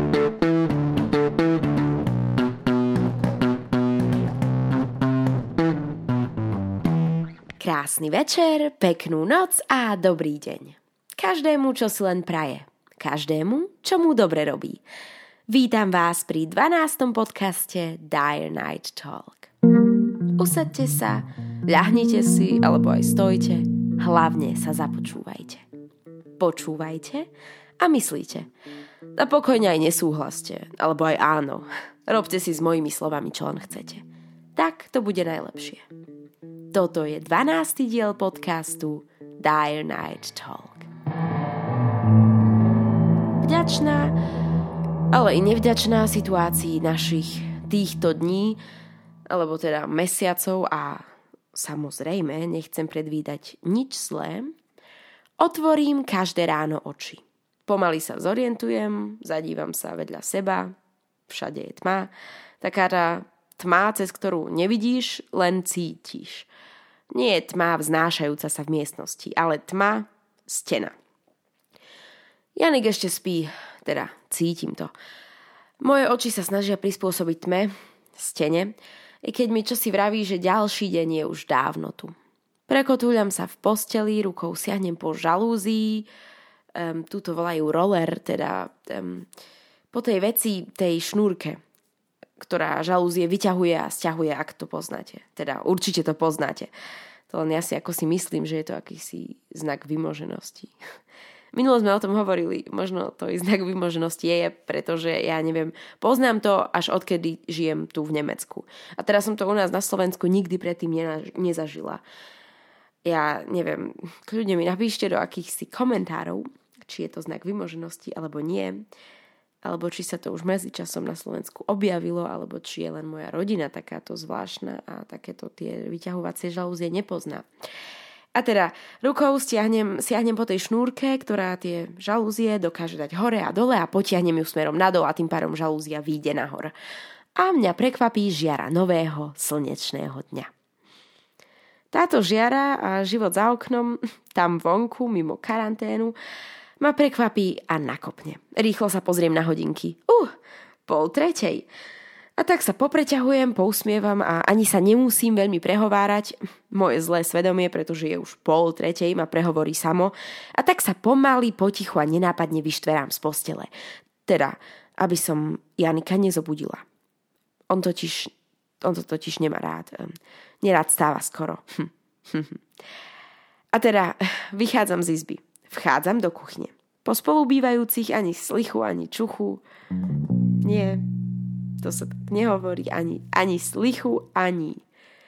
Krásny večer, peknú noc a dobrý deň. Každému, čo si len praje. Každému, čo mu dobre robí. Vítam vás pri 12. podcaste Dire Night Talk. Usaďte sa, ľahnite si alebo aj stojte, hlavne sa započúvajte. Počúvajte a myslíte. A pokojne aj nesúhlaste, alebo aj áno. Robte si s mojimi slovami, čo len chcete. Tak to bude najlepšie. Toto je 12. diel podcastu Dire Night Talk. Vďačná, ale i nevďačná situácii našich týchto dní, alebo teda mesiacov a samozrejme nechcem predvídať nič zlé, otvorím každé ráno oči. Pomaly sa zorientujem, zadívam sa vedľa seba, všade je tma, taká tá tma, cez ktorú nevidíš, len cítiš. Nie je tma vznášajúca sa v miestnosti, ale tma, stena. Janik ešte spí, teda cítim to. Moje oči sa snažia prispôsobiť tme, stene, i keď mi čosi vraví, že ďalší deň je už dávno tu. Prekotúľam sa v posteli, rukou siahnem po žalúzii, túto volajú roller, teda po tej veci, tej šnúrke, ktorá žalúzie vyťahuje a sťahuje, ak to poznáte. Teda určite to poznáte. To len ja si ako si myslím, že je to akýsi znak vymoženosti. Minulo sme o tom hovorili, možno to i znak vymoženosti je, pretože ja neviem, poznám to až odkedy žijem tu v Nemecku. A teraz som to u nás na Slovensku nikdy predtým nezažila. Ja neviem, kľudne mi napíšte do akýchsi komentárov, či je to znak vymoženosti alebo nie, alebo či sa to už medzičasom na Slovensku objavilo, alebo či je len moja rodina takáto zvláštna a takéto tie vyťahovacie žalúzie nepozná. A teda rukou siahnem po tej šnúrke, ktorá tie žalúzie dokáže dať hore a dole a potiahnem ju smerom nadol a tým pádom žalúzia vyjde nahor. A mňa prekvapí žiara nového slnečného dňa. Táto žiara a život za oknom, tam vonku, mimo karanténu, ma prekvapí a nakopne. Rýchlo sa pozriem na hodinky. 2:30. A tak sa popreťahujem, pousmievam a ani sa nemusím veľmi prehovárať. Moje zlé svedomie, pretože je už 2:30, ma prehovorí samo. A tak sa pomaly, potichu a nenápadne vyštverám z postele. Teda, aby som Janika nezobudila. On to totiž nemá rád. Nerád stáva skoro. A teda, vychádzam z izby. Vchádzam do kuchyne. Po spolubývajúcich ani slichu, ani čuchu. Nie, to sa tak nehovorí. Ani slichu, ani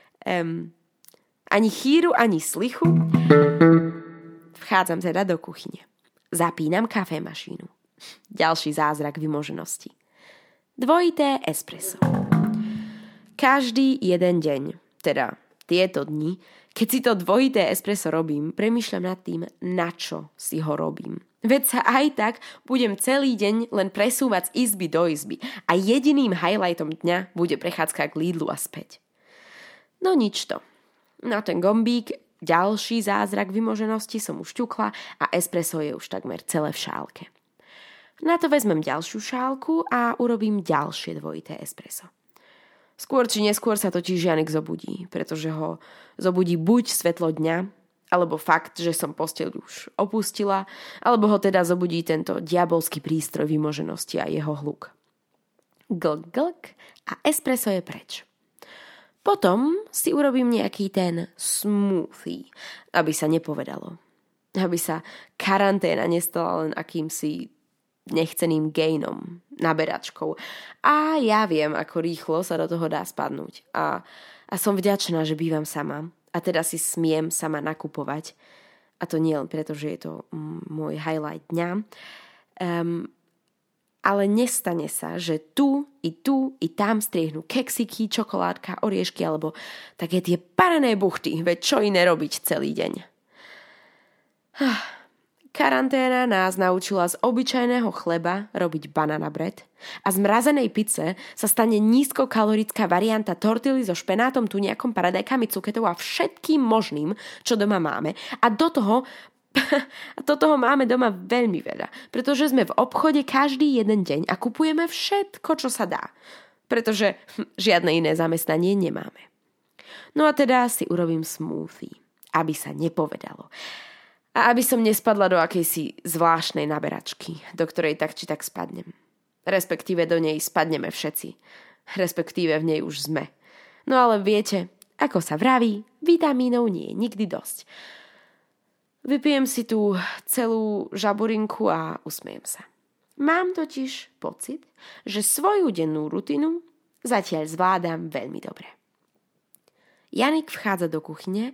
chýru, ani slichu. Vchádzam teda do kuchyne. Zapínam kafémašínu. Ďalší zázrak vymoženosti. Dvojité espresso. Každý jeden deň, teda tieto dni, keď si to dvojité espresso robím, premýšľam nad tým, na čo si ho robím. Veď sa aj tak budem celý deň len presúvať z izby do izby a jediným highlightom dňa bude prechádzka k Lidlu a späť. No nič to. Na ten gombík, ďalší zázrak vymoženosti som už ťukla a espresso je už takmer celé v šálke. Na to vezmem ďalšiu šálku a urobím ďalšie dvojité espresso. Skôr či neskôr sa totiž Janik zobudí, pretože ho zobudí buď svetlo dňa, alebo fakt, že som posteľ už opustila, alebo ho teda zobudí tento diabolský prístroj vymoženosti a jeho hluk. Glk, glk a espresso je preč. Potom si urobím nejaký ten smoothie, aby sa nepovedalo. Aby sa karanténa nestala len akýmsi nechceným gainom, naberačkou. A ja viem, ako rýchlo sa do toho dá spadnúť. A som vďačná, že bývam sama. A teda si smiem sama nakupovať. A to nie len preto, že je to môj highlight dňa. Ale nestane sa, že tu, i tam striehnú keksiky, čokoládka, oriešky alebo také tie parené buchty. Veď čo iné robiť celý deň? Karanténa nás naučila z obyčajného chleba robiť banana bread a z mrazenej pice sa stane nízkokalorická varianta tortily so špenátom, tuniakom, paradajkami, cuketou a všetkým možným, čo doma máme. A do toho A toho máme doma veľmi veľa, pretože sme v obchode každý jeden deň a kupujeme všetko, čo sa dá. Pretože žiadne iné zamestnanie nemáme. No a teda si urobím smoothie, aby sa nepovedalo. A aby som nespadla do akejsi zvláštnej naberačky, do ktorej tak či tak spadnem. Respektíve do nej spadneme všetci. Respektíve v nej už sme. No ale viete, ako sa vraví, vitamínov nie je nikdy dosť. Vypijem si tú celú žaburinku a usmejem sa. Mám totiž pocit, že svoju dennú rutinu zatiaľ zvládam veľmi dobre. Janik vchádza do kuchyne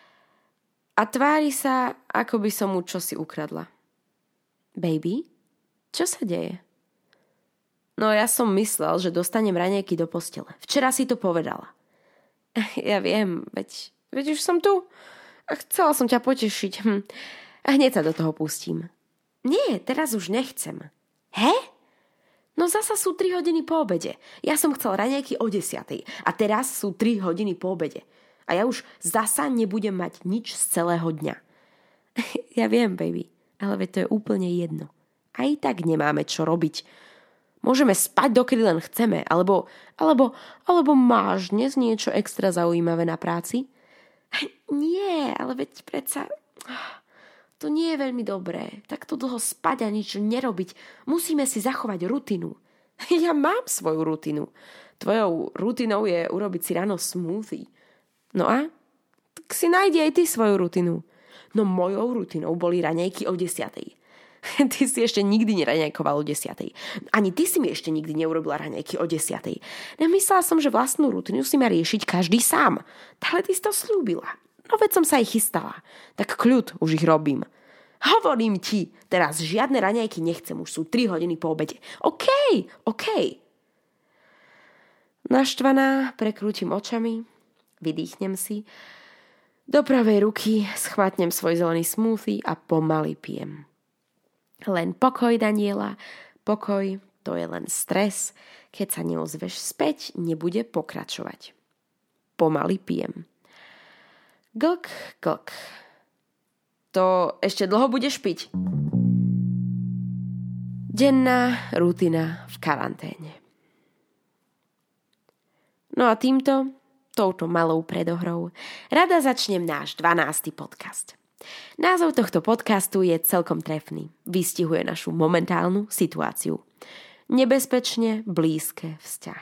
a tvári sa, ako by som mu čosi ukradla. Baby, čo sa deje? No ja som myslel, že dostanem raňajky do postele. Včera si to povedala. Ja viem, veď už som tu. A chcela som ťa potešiť. A hneď sa do toho pustím. Nie, teraz už nechcem. He? No zasa sú 3 hodiny po obede. Ja som chcel raňajky o 10:00 a teraz sú 3 hodiny po obede. A ja už zasa nebudem mať nič z celého dňa. Ja viem, baby, ale veď to je úplne jedno. Aj tak nemáme čo robiť. Môžeme spať, dokedy len chceme, alebo máš dnes niečo extra zaujímavé na práci? Nie, ale veď predsa to nie je veľmi dobré. Takto dlho spať a nič nerobiť. Musíme si zachovať rutinu. Ja mám svoju rutinu. Tvojou rutinou je urobiť si ráno smoothie. No a? Tak si nájdi aj ty svoju rutinu. No mojou rutinou boli raňajky o 10:00. Ty si ešte nikdy neraňajkoval o 10:00. Ani ty si mi ešte nikdy neurobila raňajky o 10:00. Myslela som, že vlastnú rutinu si má riešiť každý sám. Ale ty si to slúbila. No veď som sa aj chystala. Tak kľud, už ich robím. Hovorím ti, teraz žiadne raňajky nechcem, už sú 3 hodiny po obede. OK. Naštvaná prekrútim očami, vydýchnem si, do pravej ruky schmatnem svoj zelený smoothie a pomaly pijem. Len pokoj, Daniela, pokoj, to je len stres. Keď sa neozveš späť, nebude pokračovať. Pomaly pijem. Glk. To ešte dlho budeš piť? Denná rutina v karanténe. No a touto malou predohrou, rada začnem náš 12. podcast. Názov tohto podcastu je celkom trefný. Vystihuje našu momentálnu situáciu. Nebezpečne blízke vzťahy.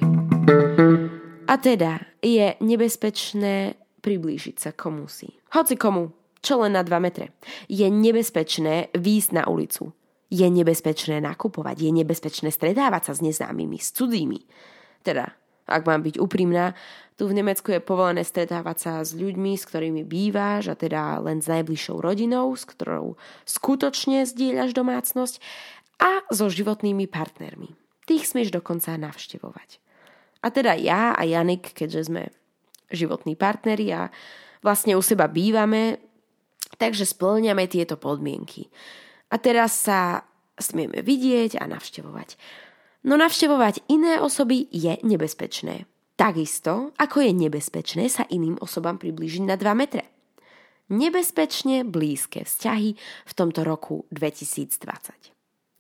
A teda je nebezpečné priblížiť sa komusi. Hoci komu, čo len na 2 metre. Je nebezpečné výjsť na ulicu. Je nebezpečné nakupovať. Je nebezpečné stretávať sa s neznámymi, s cudzími. Teda, ak mám byť úprimná, tu v Nemecku je povolené stretávať sa s ľuďmi, s ktorými bývaš, a teda len s najbližšou rodinou, s ktorou skutočne zdieľaš domácnosť, a so životnými partnermi. Tých smieš dokonca navštevovať. A teda ja a Janik, keďže sme životní partneri a vlastne u seba bývame, takže spĺňame tieto podmienky. A teraz sa smieme vidieť a navštevovať. No navštevovať iné osoby je nebezpečné. Takisto, ako je nebezpečné sa iným osobám priblížiť na 2 metre. Nebezpečne blízke vzťahy v tomto roku 2020.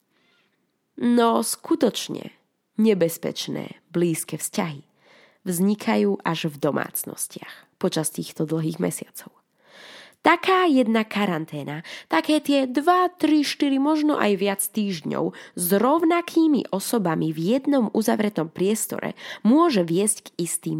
No skutočne nebezpečné blízke vzťahy vznikajú až v domácnostiach počas týchto dlhých mesiacov. Taká jedna karanténa, také tie 2, 3, 4, možno aj viac týždňov s rovnakými osobami v jednom uzavretom priestore môže viesť k istým,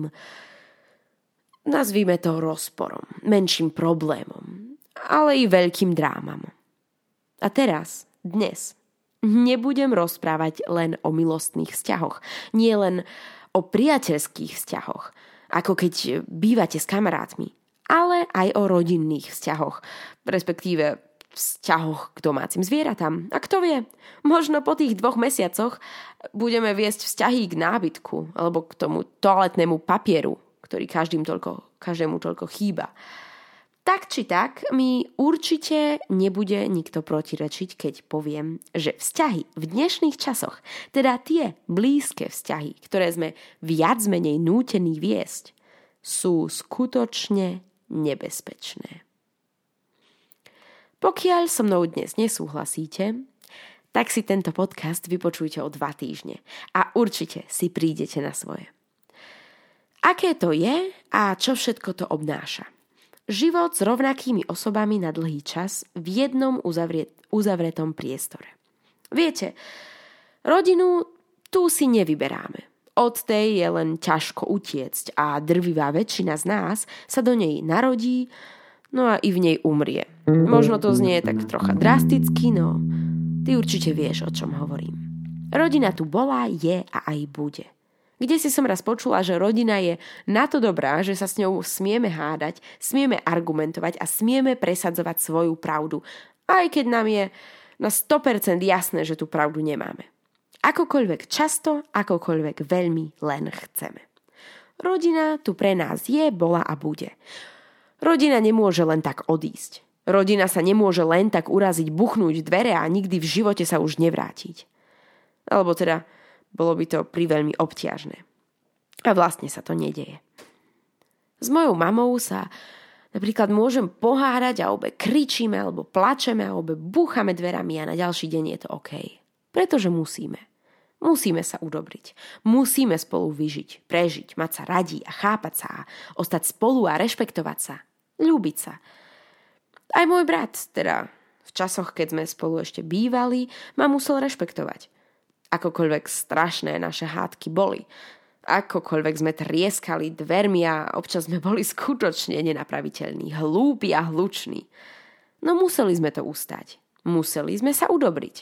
nazvime to rozporom, menším problémom, ale i veľkým drámam. A teraz, dnes, nebudem rozprávať len o milostných vzťahoch, nie len o priateľských vzťahoch, ako keď bývate s kamarátmi, ale aj o rodinných vzťahoch, respektíve vzťahoch k domácim zvieratám. A kto vie, možno po tých 2 mesiacoch budeme viesť vzťahy k nábytku alebo k tomu toaletnému papieru, ktorý každému toľko chýba. Tak či tak, mi určite nebude nikto protirečiť, keď poviem, že vzťahy v dnešných časoch, teda tie blízke vzťahy, ktoré sme viac menej nútení viesť, sú skutočne nebezpečné. Pokiaľ so mnou dnes nesúhlasíte, tak si tento podcast vypočujte o 2 týždne a určite si prídete na svoje. Aké to je a čo všetko to obnáša? Život s rovnakými osobami na dlhý čas v jednom uzavretom priestore. Viete, rodinu tu si nevyberáme. Od tej je len ťažko utiecť a drvivá väčšina z nás sa do nej narodí, no a i v nej umrie. Možno to znie tak trocha drasticky, no ty určite vieš, o čom hovorím. Rodina tu bola, je a aj bude. Kde si som raz počula, že rodina je na to dobrá, že sa s ňou smieme hádať, smieme argumentovať a smieme presadzovať svoju pravdu, aj keď nám je na 100% jasné, že tú pravdu nemáme. Akokoľvek často, akokoľvek veľmi len chceme. Rodina tu pre nás je, bola a bude. Rodina nemôže len tak odísť. Rodina sa nemôže len tak uraziť, buchnúť dvere a nikdy v živote sa už nevrátiť. Alebo teda bolo by to priveľmi obťažné. A vlastne sa to nedeje. S mojou mamou sa napríklad môžem pohárať a obe kričíme alebo plačeme a obe búchame dverami a na ďalší deň je to OK. Pretože musíme. Musíme sa udobriť. Musíme spolu vyžiť, prežiť, mať sa radi a chápať sa a ostať spolu a rešpektovať sa. Ľúbiť sa. Aj môj brat, teda v časoch, keď sme spolu ešte bývali, ma musel rešpektovať. Akokoľvek strašné naše hádky boli. Akokoľvek sme trieskali dvermi a občas sme boli skutočne nenapraviteľní, hlúpi a hluční. No museli sme to ustať. Museli sme sa udobriť.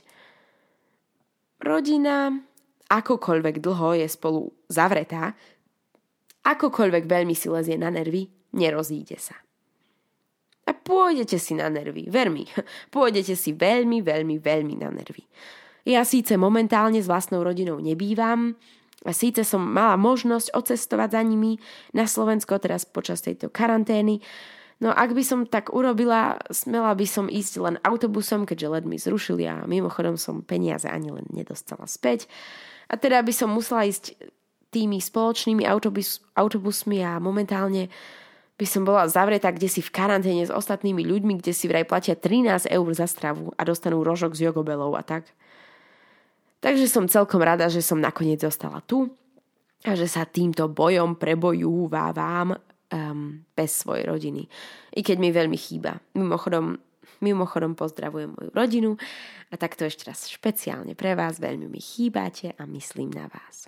Rodina, akokoľvek dlho je spolu zavretá, akokoľvek veľmi si lezie na nervy, nerozíde sa. A pôjdete si na nervy, ver mi, pôjdete si veľmi, veľmi, veľmi na nervy. Ja síce momentálne s vlastnou rodinou nebývam, a síce som mala možnosť odcestovať za nimi na Slovensko teraz počas tejto karantény, no ak by som tak urobila, smela by som ísť len autobusom, keďže let mi zrušili a mimochodom som peniaze ani len nedostala späť. A teda by som musela ísť tými spoločnými autobusmi a momentálne by som bola zavretá kdesi v karanténe s ostatnými ľuďmi, kde si vraj platia 13 eur za stravu a dostanú rožok s jogobelou a tak. Takže som celkom rada, že som nakoniec zostala tu a že sa týmto bojom prebojúvávam bez svojej rodiny. I keď mi veľmi chýba. Mimochodom pozdravujem moju rodinu a takto ešte raz špeciálne pre vás. Veľmi mi chýbate a myslím na vás.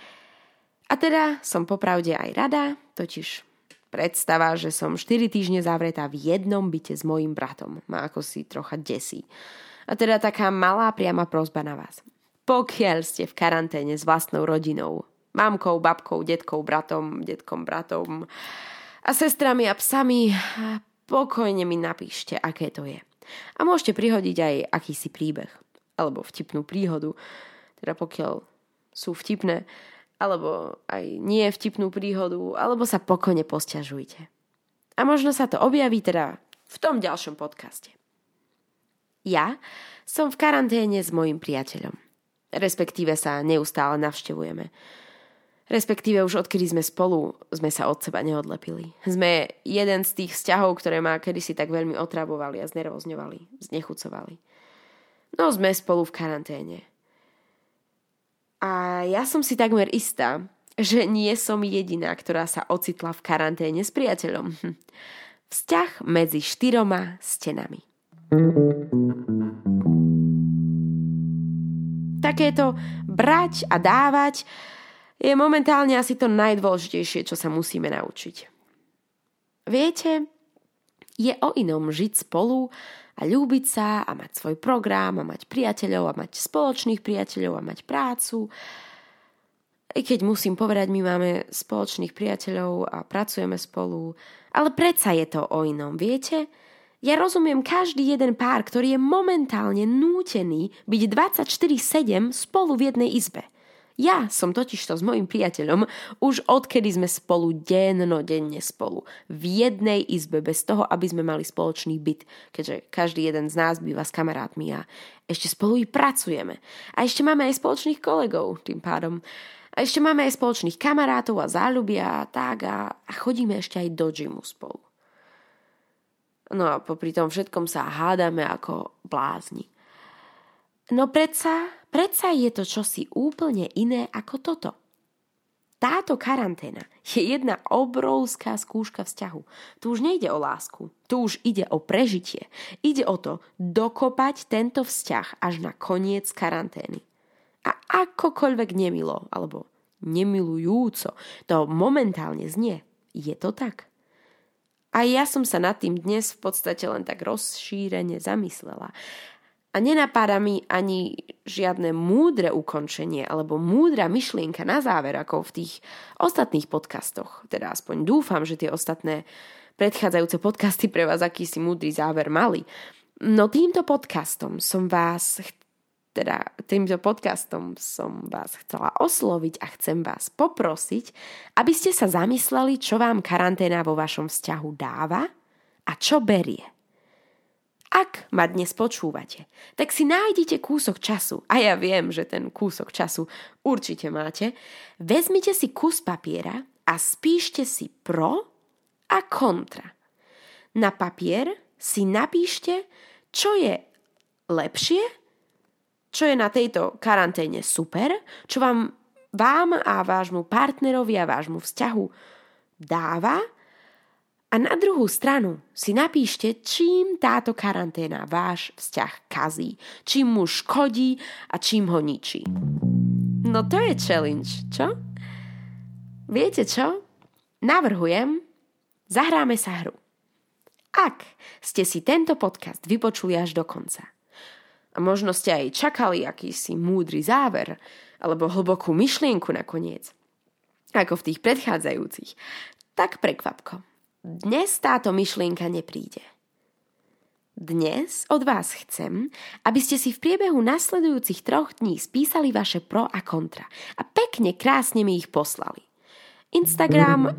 A teda som popravde aj rada, totiž predstava, že som 4 týždne zavretá v jednom byte s mojím bratom. Ma ako si trocha desí. A teda taká malá priama prosba na vás. Pokiaľ ste v karanténe s vlastnou rodinou, mamkou, babkou, detkou, detkom, bratom a sestrami a psami, pokojne mi napíšte, aké to je. A môžete prihodiť aj akýsi príbeh, alebo vtipnú príhodu, teda pokiaľ sú vtipné, alebo aj nie vtipnú príhodu, alebo sa pokojne posťažujte. A možno sa to objaví teda v tom ďalšom podcaste. Ja som v karanténe s mojím priateľom. Respektíve sa neustále navštevujeme. Respektíve už odkedy sme spolu, sme sa od seba neodlepili. Sme jeden z tých vzťahov, ktoré ma kedysi tak veľmi otravovali a znervozňovali, znechucovali. No sme spolu v karanténe. A ja som si takmer istá, že nie som jediná, ktorá sa ocitla v karanténe s priateľom. Vzťah medzi 4 stenami. Takéto brať a dávať je momentálne asi to najdôležitejšie, čo sa musíme naučiť. Viete, je o inom žiť spolu a ľúbiť sa a mať svoj program a mať priateľov a mať spoločných priateľov a mať prácu. I keď musím povedať, my máme spoločných priateľov a pracujeme spolu, ale predsa je to o inom, viete? Ja rozumiem každý jeden pár, ktorý je momentálne nútený byť 24/7 spolu v jednej izbe. Ja som totižto s mojím priateľom už odkedy sme spolu dennodenne spolu v jednej izbe bez toho, aby sme mali spoločný byt, keďže každý jeden z nás býva s kamarátmi a ešte spolu i pracujeme. A ešte máme aj spoločných kolegov tým pádom. A ešte máme aj spoločných kamarátov a záľubia a tak a chodíme ešte aj do gymu spolu. No a popri tom všetkom sa hádame ako blázni. No predsa je to čosi úplne iné ako toto. Táto karanténa je jedna obrovská skúška vzťahu. Tu už nejde o lásku, tu už ide o prežitie. Ide o to dokopať tento vzťah až na koniec karantény. A akokoľvek nemilo, alebo nemilujúco, to momentálne znie, je to tak. A ja som sa nad tým dnes v podstate len tak rozšírene zamyslela. A nenapáda mi ani žiadne múdre ukončenie alebo múdra myšlienka na záver, ako v tých ostatných podcastoch. Teda aspoň dúfam, že tie ostatné predchádzajúce podcasty pre vás akýsi múdry záver mali. No týmto podcastom som vás chcela osloviť a chcem vás poprosiť, aby ste sa zamysleli, čo vám karanténa vo vašom vzťahu dáva a čo berie. Ak ma dnes počúvate, tak si nájdite kúsok času, a ja viem, že ten kúsok času určite máte, vezmite si kus papiera a spíšte si pro a kontra. Na papier si napíšte, čo je lepšie, čo je na tejto karanténe super, čo vám a vášmu partnerovi a vášmu vzťahu dáva. A na druhú stranu si napíšte, čím táto karanténa váš vzťah kazí, čím mu škodí a čím ho ničí. No to je challenge, čo? Viete čo? Navrhujem, zahráme sa hru. Ak ste si tento podcast vypočuli až do konca, a možno ste aj čakali akýsi múdry záver, alebo hlbokú myšlienku nakoniec, ako v tých predchádzajúcich, tak prekvapko. Dnes táto myšlienka nepríde. Dnes od vás chcem, aby ste si v priebehu nasledujúcich 3 dní spísali vaše pro a kontra a pekne, krásne mi ich poslali. Instagram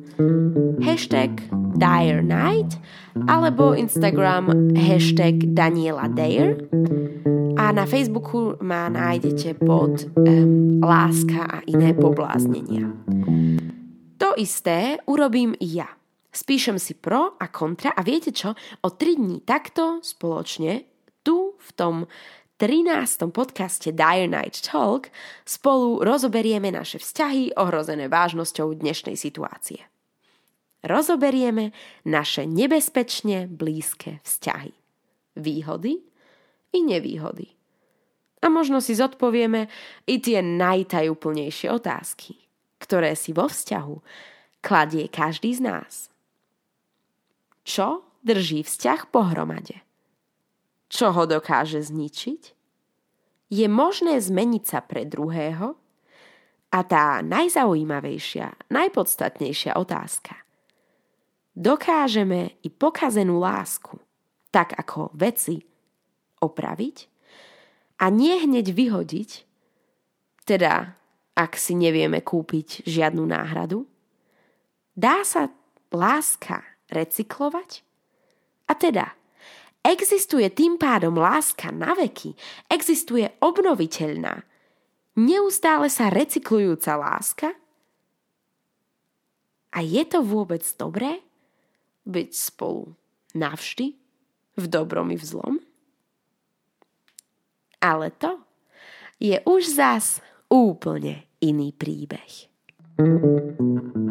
hashtag Dire Night alebo Instagram hashtag Daniela Dare a na Facebooku ma nájdete pod Láska a iné pobláznenia. To isté urobím i ja. Spíšem si pro a kontra a viete čo? O 3 dní takto spoločne tu v tom 13. podcaste Dire Night Talk spolu rozoberieme naše vzťahy ohrozené vážnosťou dnešnej situácie. Rozoberieme naše nebezpečne blízke vzťahy. Výhody i nevýhody. A možno si zodpovieme i tie najtajúplnejšie otázky, ktoré si vo vzťahu kladie každý z nás. Čo drží vzťah pohromade? Čo ho dokáže zničiť? Je možné zmeniť sa pre druhého? A tá najzaujímavejšia, najpodstatnejšia otázka. Dokážeme i pokazenú lásku, tak ako veci, opraviť a nie hneď vyhodiť, teda ak si nevieme kúpiť žiadnu náhradu? Dá sa láska recyklovať? A teda, existuje tým pádom láska na veky, existuje obnoviteľná, neustále sa recyklujúca láska? A je to vôbec dobré byť spolu navždy, v dobrom i v zlom? Ale to je už zas úplne iný príbeh.